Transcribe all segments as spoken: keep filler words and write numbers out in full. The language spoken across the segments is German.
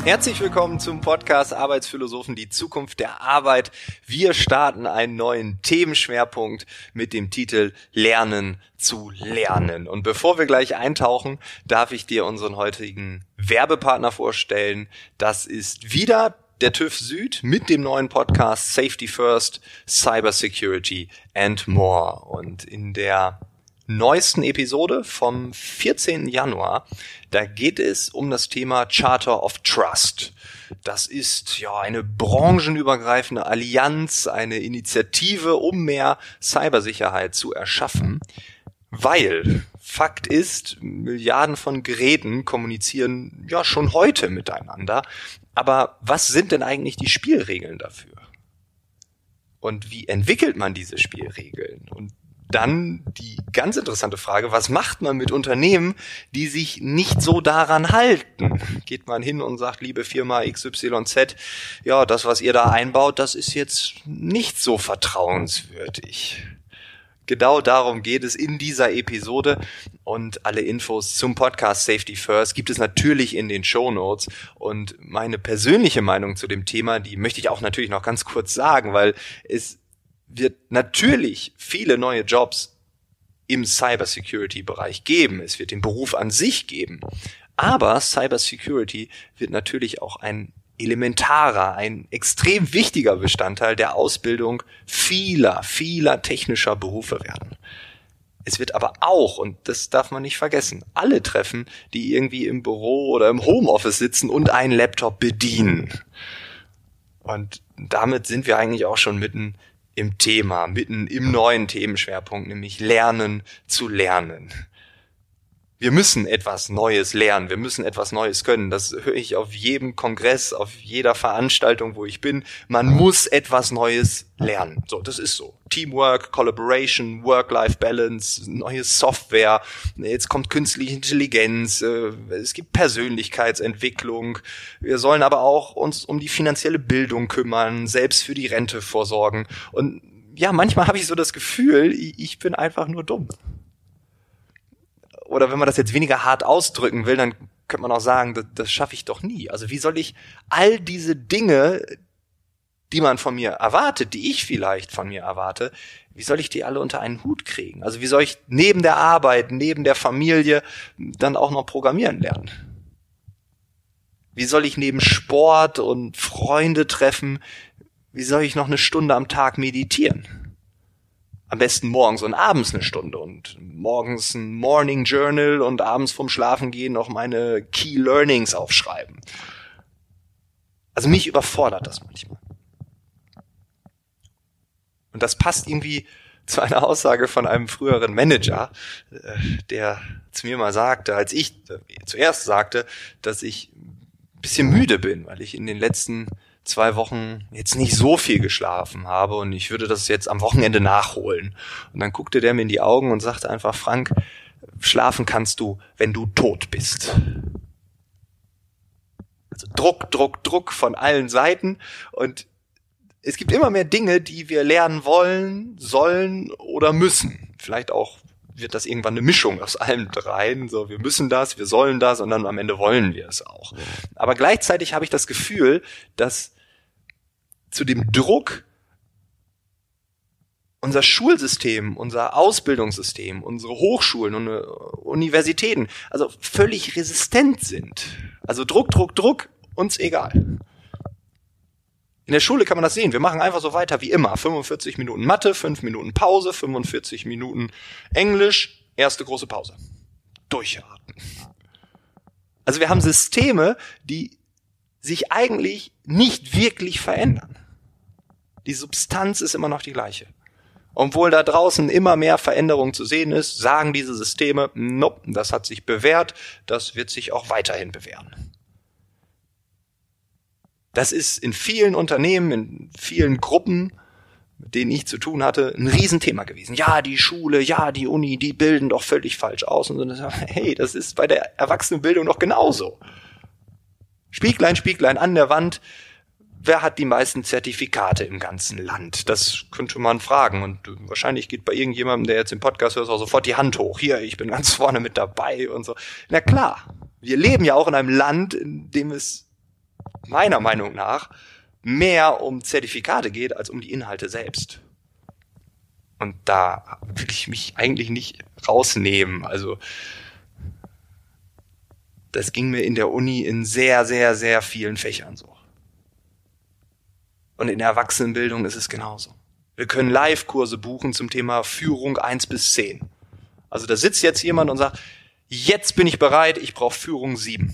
Herzlich willkommen zum Podcast Arbeitsphilosophen, die Zukunft der Arbeit. Wir starten einen neuen Themenschwerpunkt mit dem Titel Lernen zu lernen. Und bevor wir gleich eintauchen, darf ich dir unseren heutigen Werbepartner vorstellen. Das ist wieder der TÜV Süd mit dem neuen Podcast Safety First, Cyber Security and More. Und in der neuesten Episode vom vierzehnten Januar, da geht es um das Thema Charter of Trust. Das ist ja eine branchenübergreifende Allianz, eine Initiative, um mehr Cybersicherheit zu erschaffen, weil Fakt ist, Milliarden von Geräten kommunizieren ja schon heute miteinander. Aber was sind denn eigentlich die Spielregeln dafür? Und wie entwickelt man diese Spielregeln? Und dann die ganz interessante Frage, was macht man mit Unternehmen, die sich nicht so daran halten? Geht man hin und sagt, liebe Firma X Y Z, ja, das, was ihr da einbaut, das ist jetzt nicht so vertrauenswürdig. Genau darum geht es in dieser Episode und alle Infos zum Podcast Safety First gibt es natürlich in den Shownotes und meine persönliche Meinung zu dem Thema, die möchte ich auch natürlich noch ganz kurz sagen, weil es wird natürlich viele neue Jobs im Cybersecurity-Bereich geben. Es wird den Beruf an sich geben. Aber Cybersecurity wird natürlich auch ein elementarer, ein extrem wichtiger Bestandteil der Ausbildung vieler, vieler technischer Berufe werden. Es wird aber auch, und das darf man nicht vergessen, alle treffen, die irgendwie im Büro oder im Homeoffice sitzen und einen Laptop bedienen. Und damit sind wir eigentlich auch schon mitten im Thema, mitten im neuen Themenschwerpunkt, nämlich Lernen zu lernen. Wir müssen etwas Neues lernen, wir müssen etwas Neues können. Das höre ich auf jedem Kongress, auf jeder Veranstaltung, wo ich bin. Man muss etwas Neues lernen. So, das ist so. Teamwork, Collaboration, Work-Life-Balance, neue Software. Jetzt kommt künstliche Intelligenz. Es gibt Persönlichkeitsentwicklung. Wir sollen aber auch uns um die finanzielle Bildung kümmern, selbst für die Rente vorsorgen. Und ja, manchmal habe ich so das Gefühl, ich bin einfach nur dumm. Oder wenn man das jetzt weniger hart ausdrücken will, dann könnte man auch sagen, das, das schaffe ich doch nie. Also wie soll ich all diese Dinge, die man von mir erwartet, die ich vielleicht von mir erwarte, wie soll ich die alle unter einen Hut kriegen? Also wie soll ich neben der Arbeit, neben der Familie dann auch noch programmieren lernen? Wie soll ich neben Sport und Freunde treffen, wie soll ich noch eine Stunde am Tag meditieren? Am besten morgens und abends eine Stunde und morgens ein Morning Journal und abends vorm Schlafengehen noch meine Key Learnings aufschreiben. Also mich überfordert das manchmal. Und das passt irgendwie zu einer Aussage von einem früheren Manager, der zu mir mal sagte, als ich zuerst sagte, dass ich ein bisschen müde bin, weil ich in den letzten zwei Wochen jetzt nicht so viel geschlafen habe und ich würde das jetzt am Wochenende nachholen. Und dann guckte der mir in die Augen und sagte einfach, Frank, schlafen kannst du, wenn du tot bist. Also Druck, Druck, Druck von allen Seiten und es gibt immer mehr Dinge, die wir lernen wollen, sollen oder müssen. Vielleicht auch wird das irgendwann eine Mischung aus allem dreien. So, wir müssen das, wir sollen das und dann am Ende wollen wir es auch. Aber gleichzeitig habe ich das Gefühl, dass zu dem Druck unser Schulsystem, unser Ausbildungssystem, unsere Hochschulen und Universitäten also völlig resistent sind. Also Druck, Druck, Druck, uns egal. In der Schule kann man das sehen. Wir machen einfach so weiter wie immer. fünfundvierzig Minuten Mathe, fünf Minuten Pause, fünfundvierzig Minuten Englisch, erste große Pause. Durchatmen. Also wir haben Systeme, die sich eigentlich nicht wirklich verändern. Die Substanz ist immer noch die gleiche. Obwohl da draußen immer mehr Veränderung zu sehen ist, sagen diese Systeme, nope, das hat sich bewährt, das wird sich auch weiterhin bewähren. Das ist in vielen Unternehmen, in vielen Gruppen, mit denen ich zu tun hatte, ein Riesenthema gewesen. Ja, die Schule, ja, die Uni, die bilden doch völlig falsch aus. Und so, hey, das ist bei der Erwachsenenbildung doch genauso. Spieglein, Spieglein an der Wand, wer hat die meisten Zertifikate im ganzen Land? Das könnte man fragen. Und wahrscheinlich geht bei irgendjemandem, der jetzt den Podcast hört, auch sofort die Hand hoch. Hier, ich bin ganz vorne mit dabei und so. Na klar, wir leben ja auch in einem Land, in dem es meiner Meinung nach mehr um Zertifikate geht, als um die Inhalte selbst. Und da will ich mich eigentlich nicht rausnehmen. Also das ging mir in der Uni in sehr, sehr, sehr vielen Fächern so. Und in der Erwachsenenbildung ist es genauso. Wir können Live-Kurse buchen zum Thema Führung eins bis zehn. Also da sitzt jetzt jemand und sagt, jetzt bin ich bereit, ich brauche Führung sieben.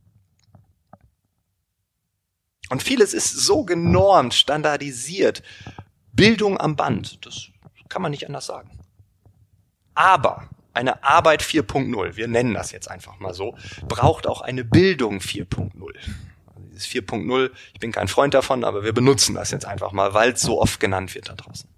Und vieles ist so genormt, standardisiert. Bildung am Band, das kann man nicht anders sagen. Aber eine Arbeit vier Punkt null, wir nennen das jetzt einfach mal so, braucht auch eine Bildung vier Punkt null. Dieses vier Punkt null, ich bin kein Freund davon, aber wir benutzen das jetzt einfach mal, weil es so oft genannt wird da draußen.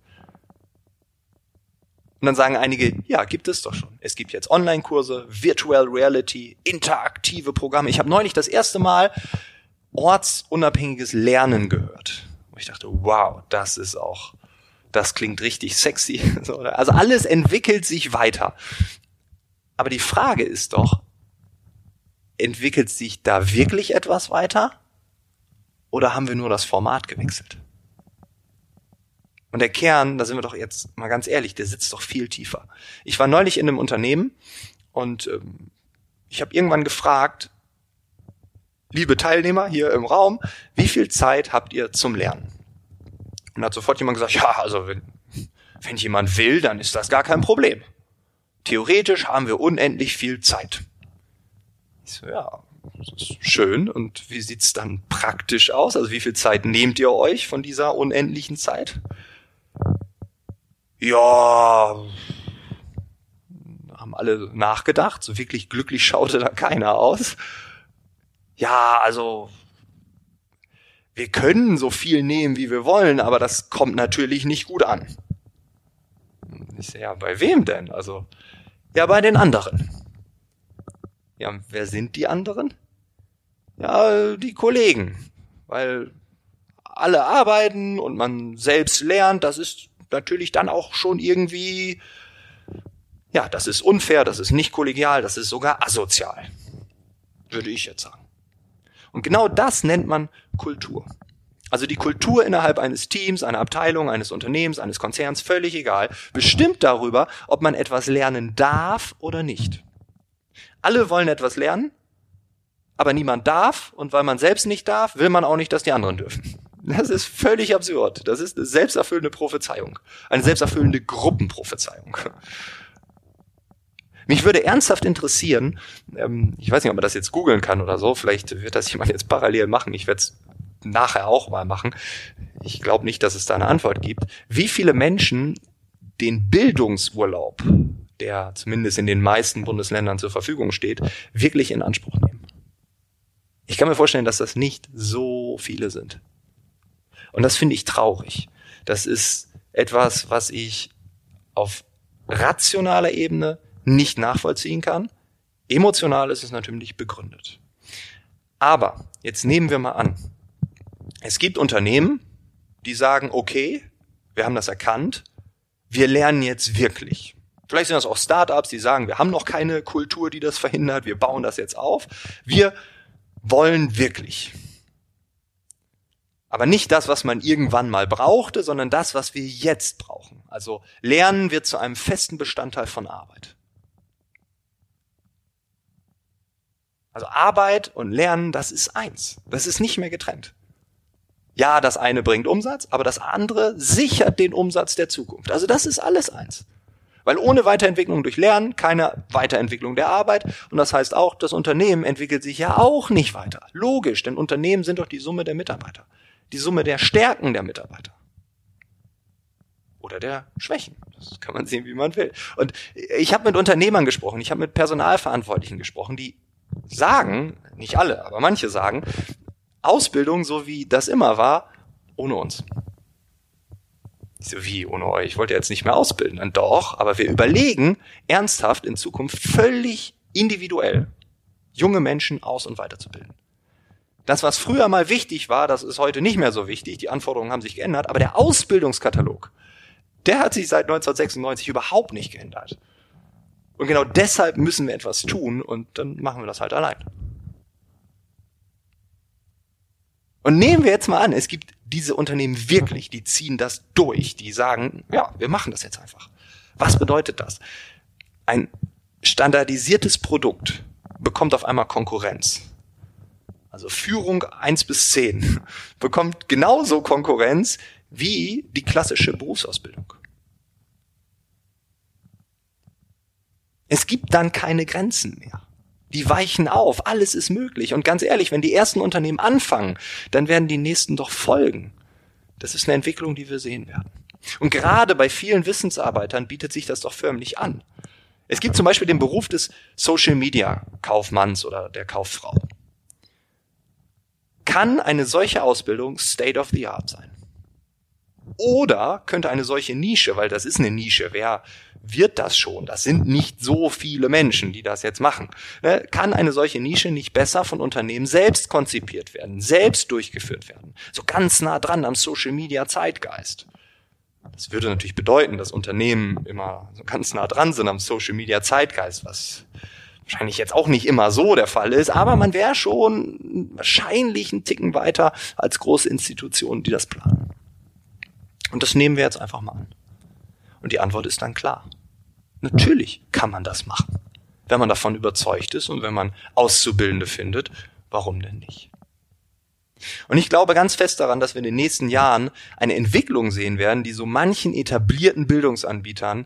Und dann sagen einige, ja, gibt es doch schon. Es gibt jetzt Online-Kurse, Virtual Reality, interaktive Programme. Ich habe neulich das erste Mal ortsunabhängiges Lernen gehört. Und ich dachte, wow, das ist auch, das klingt richtig sexy. Also alles entwickelt sich weiter. Aber die Frage ist doch, entwickelt sich da wirklich etwas weiter? Oder haben wir nur das Format gewechselt? Und der Kern, da sind wir doch jetzt mal ganz ehrlich, der sitzt doch viel tiefer. Ich war neulich in einem Unternehmen und ähm, ich habe irgendwann gefragt, liebe Teilnehmer hier im Raum, wie viel Zeit habt ihr zum Lernen? Und da hat sofort jemand gesagt, ja, also wenn, wenn jemand will, dann ist das gar kein Problem. Theoretisch haben wir unendlich viel Zeit. Ich so, ja, das ist schön. Und wie sieht's dann praktisch aus? Also wie viel Zeit nehmt ihr euch von dieser unendlichen Zeit? Ja, haben alle nachgedacht. So wirklich glücklich schaute da keiner aus. Ja, also wir können so viel nehmen, wie wir wollen, aber das kommt natürlich nicht gut an. Ich sage, ja, bei wem denn? Also, ja, bei den anderen. Ja, wer sind die anderen? Ja, die Kollegen. Weil alle arbeiten und man selbst lernt, das ist natürlich dann auch schon irgendwie, ja, das ist unfair, das ist nicht kollegial, das ist sogar asozial. Würde ich jetzt sagen. Und genau das nennt man Kultur. Also die Kultur innerhalb eines Teams, einer Abteilung, eines Unternehmens, eines Konzerns, völlig egal, bestimmt darüber, ob man etwas lernen darf oder nicht. Alle wollen etwas lernen, aber niemand darf, und weil man selbst nicht darf, will man auch nicht, dass die anderen dürfen. Das ist völlig absurd. Das ist eine selbsterfüllende Prophezeiung. Eine selbsterfüllende Gruppenprophezeiung. Mich würde ernsthaft interessieren, ähm, ich weiß nicht, ob man das jetzt googeln kann oder so, vielleicht wird das jemand jetzt parallel machen, ich werde es nachher auch mal machen. Ich glaube nicht, dass es da eine Antwort gibt. Wie viele Menschen den Bildungsurlaub, der zumindest in den meisten Bundesländern zur Verfügung steht, wirklich in Anspruch nehmen? Ich kann mir vorstellen, dass das nicht so viele sind. Und das finde ich traurig. Das ist etwas, was ich auf rationaler Ebene nicht nachvollziehen kann. Emotional ist es natürlich begründet. Aber jetzt nehmen wir mal an, es gibt Unternehmen, die sagen, okay, wir haben das erkannt, wir lernen jetzt wirklich. Vielleicht sind das auch Startups, die sagen, wir haben noch keine Kultur, die das verhindert, wir bauen das jetzt auf. Wir wollen wirklich. Aber nicht das, was man irgendwann mal brauchte, sondern das, was wir jetzt brauchen. Also Lernen wird zu einem festen Bestandteil von Arbeit. Also Arbeit und Lernen, das ist eins. Das ist nicht mehr getrennt. Ja, das eine bringt Umsatz, aber das andere sichert den Umsatz der Zukunft. Also das ist alles eins. Weil ohne Weiterentwicklung durch Lernen keine Weiterentwicklung der Arbeit. Und das heißt auch, das Unternehmen entwickelt sich ja auch nicht weiter. Logisch, denn Unternehmen sind doch die Summe der Mitarbeiter. Die Summe der Stärken der Mitarbeiter. Oder der Schwächen. Das kann man sehen, wie man will. Und ich habe mit Unternehmern gesprochen, ich habe mit Personalverantwortlichen gesprochen, die sagen, nicht alle, aber manche sagen, Ausbildung, so wie das immer war, ohne uns. Ich so, wie ohne euch? Ich wollte jetzt nicht mehr ausbilden. Dann doch, aber wir überlegen ernsthaft in Zukunft völlig individuell junge Menschen aus- und weiterzubilden. Das, was früher mal wichtig war, das ist heute nicht mehr so wichtig. Die Anforderungen haben sich geändert, aber der Ausbildungskatalog, der hat sich seit neunzehnhundertsechsundneunzig überhaupt nicht geändert. Und genau deshalb müssen wir etwas tun und dann machen wir das halt allein. Und nehmen wir jetzt mal an, es gibt diese Unternehmen wirklich, die ziehen das durch, die sagen, ja, wir machen das jetzt einfach. Was bedeutet das? Ein standardisiertes Produkt bekommt auf einmal Konkurrenz. Also Führung eins bis zehn bekommt genauso Konkurrenz wie die klassische Berufsausbildung. Es gibt dann keine Grenzen mehr. Die weichen auf, alles ist möglich. Und ganz ehrlich, wenn die ersten Unternehmen anfangen, dann werden die nächsten doch folgen. Das ist eine Entwicklung, die wir sehen werden. Und gerade bei vielen Wissensarbeitern bietet sich das doch förmlich an. Es gibt zum Beispiel den Beruf des Social-Media-Kaufmanns oder der Kauffrau. Kann eine solche Ausbildung State of the Art sein? Oder könnte eine solche Nische, weil das ist eine Nische, wer wird das schon? Das sind nicht so viele Menschen, die das jetzt machen. Kann eine solche Nische nicht besser von Unternehmen selbst konzipiert werden, selbst durchgeführt werden? So ganz nah dran am Social-Media-Zeitgeist. Das würde natürlich bedeuten, dass Unternehmen immer so ganz nah dran sind am Social-Media-Zeitgeist, was wahrscheinlich jetzt auch nicht immer so der Fall ist, aber man wäre schon wahrscheinlich einen Ticken weiter als große Institutionen, die das planen. Und das nehmen wir jetzt einfach mal an. Und die Antwort ist dann klar. Natürlich kann man das machen. Wenn man davon überzeugt ist und wenn man Auszubildende findet, warum denn nicht? Und ich glaube ganz fest daran, dass wir in den nächsten Jahren eine Entwicklung sehen werden, die so manchen etablierten Bildungsanbietern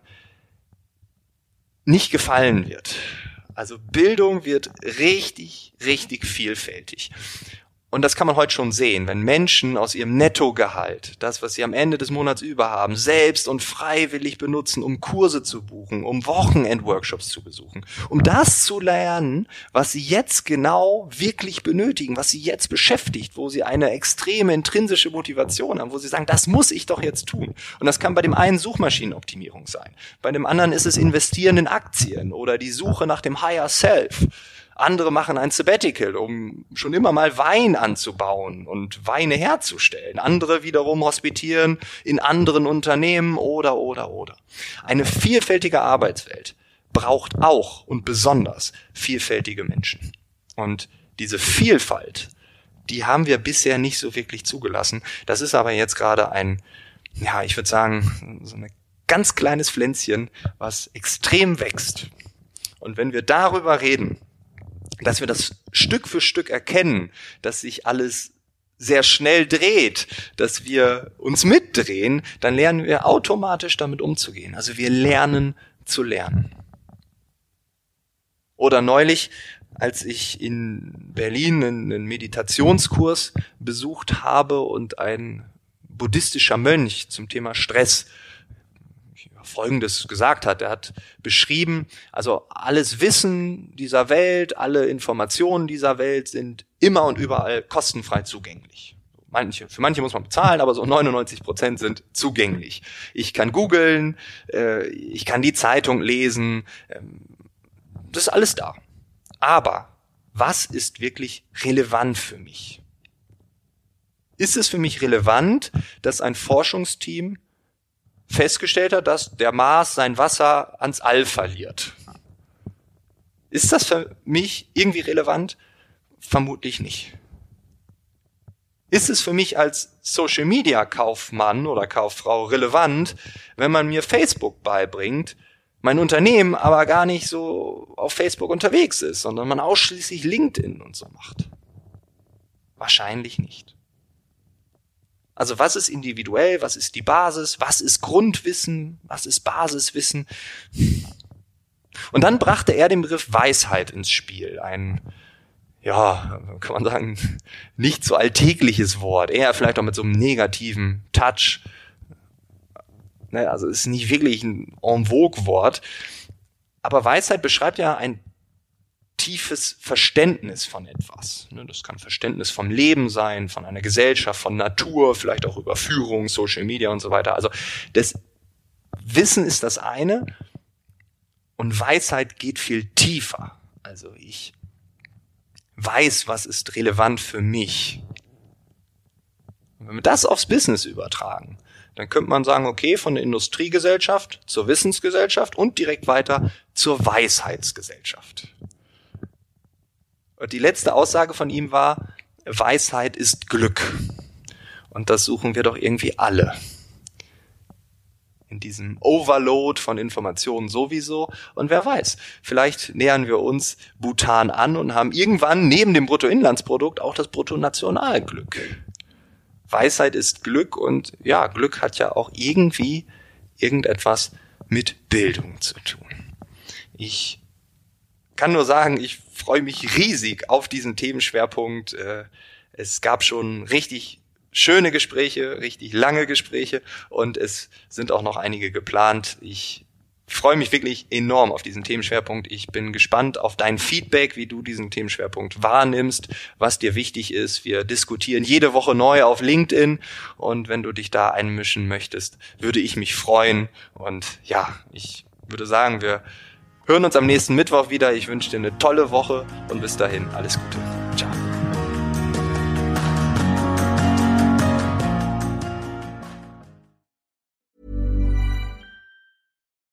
nicht gefallen wird. Also Bildung wird richtig, richtig vielfältig. Und das kann man heute schon sehen, wenn Menschen aus ihrem Nettogehalt, das, was sie am Ende des Monats über haben, selbst und freiwillig benutzen, um Kurse zu buchen, um Wochenendworkshops zu besuchen, um das zu lernen, was sie jetzt genau wirklich benötigen, was sie jetzt beschäftigt, wo sie eine extreme intrinsische Motivation haben, wo sie sagen, das muss ich doch jetzt tun. Und das kann bei dem einen Suchmaschinenoptimierung sein, bei dem anderen ist es Investieren in Aktien oder die Suche nach dem Higher Self. Andere machen ein Sabbatical, um schon immer mal Wein anzubauen und Weine herzustellen. Andere wiederum hospitieren in anderen Unternehmen oder, oder, oder. Eine vielfältige Arbeitswelt braucht auch und besonders vielfältige Menschen. Und diese Vielfalt, die haben wir bisher nicht so wirklich zugelassen. Das ist aber jetzt gerade ein, ja, ich würde sagen, so ein ganz kleines Pflänzchen, was extrem wächst. Und wenn wir darüber reden, dass wir das Stück für Stück erkennen, dass sich alles sehr schnell dreht, dass wir uns mitdrehen, dann lernen wir automatisch damit umzugehen. Also wir lernen zu lernen. Oder neulich, als ich in Berlin einen Meditationskurs besucht habe und ein buddhistischer Mönch zum Thema Stress Folgendes gesagt hat. Er hat beschrieben, also alles Wissen dieser Welt, alle Informationen dieser Welt sind immer und überall kostenfrei zugänglich. Manche, für manche muss man bezahlen, aber so neunundneunzig Prozent sind zugänglich. Ich kann googeln, äh, ich kann die Zeitung lesen, äh, das ist alles da. Aber was ist wirklich relevant für mich? Ist es für mich relevant, dass ein Forschungsteam festgestellt hat, dass der Mars sein Wasser ans All verliert? Ist das für mich irgendwie relevant? Vermutlich nicht. Ist es für mich als Social-Media-Kaufmann oder Kauffrau relevant, wenn man mir Facebook beibringt, mein Unternehmen aber gar nicht so auf Facebook unterwegs ist, sondern man ausschließlich LinkedIn und so macht? Wahrscheinlich nicht. Also was ist individuell, was ist die Basis, was ist Grundwissen, was ist Basiswissen? Und dann brachte er den Begriff Weisheit ins Spiel, ein, ja, kann man sagen, nicht so alltägliches Wort, eher vielleicht auch mit so einem negativen Touch. Also es ist nicht wirklich ein en vogue Wort, aber Weisheit beschreibt ja ein tiefes Verständnis von etwas. Das kann Verständnis vom Leben sein, von einer Gesellschaft, von Natur, vielleicht auch über Führung, Social Media und so weiter. Also das Wissen ist das eine und Weisheit geht viel tiefer. Also ich weiß, was ist relevant für mich. Und wenn wir das aufs Business übertragen, dann könnte man sagen, okay, von der Industriegesellschaft zur Wissensgesellschaft und direkt weiter zur Weisheitsgesellschaft. Und die letzte Aussage von ihm war, Weisheit ist Glück. Und das suchen wir doch irgendwie alle. In diesem Overload von Informationen sowieso. Und wer weiß, vielleicht nähern wir uns Bhutan an und haben irgendwann neben dem Bruttoinlandsprodukt auch das Bruttonationalglück. Weisheit ist Glück und ja, Glück hat ja auch irgendwie irgendetwas mit Bildung zu tun. Ich kann nur sagen, ich freue mich riesig auf diesen Themenschwerpunkt. Es gab schon richtig schöne Gespräche, richtig lange Gespräche und es sind auch noch einige geplant. Ich freue mich wirklich enorm auf diesen Themenschwerpunkt. Ich bin gespannt auf dein Feedback, wie du diesen Themenschwerpunkt wahrnimmst, was dir wichtig ist. Wir diskutieren jede Woche neu auf LinkedIn und wenn du dich da einmischen möchtest, würde ich mich freuen. Und ja, ich würde sagen, wir hören uns am nächsten Mittwoch wieder. Ich wünsche dir eine tolle Woche und bis dahin alles Gute.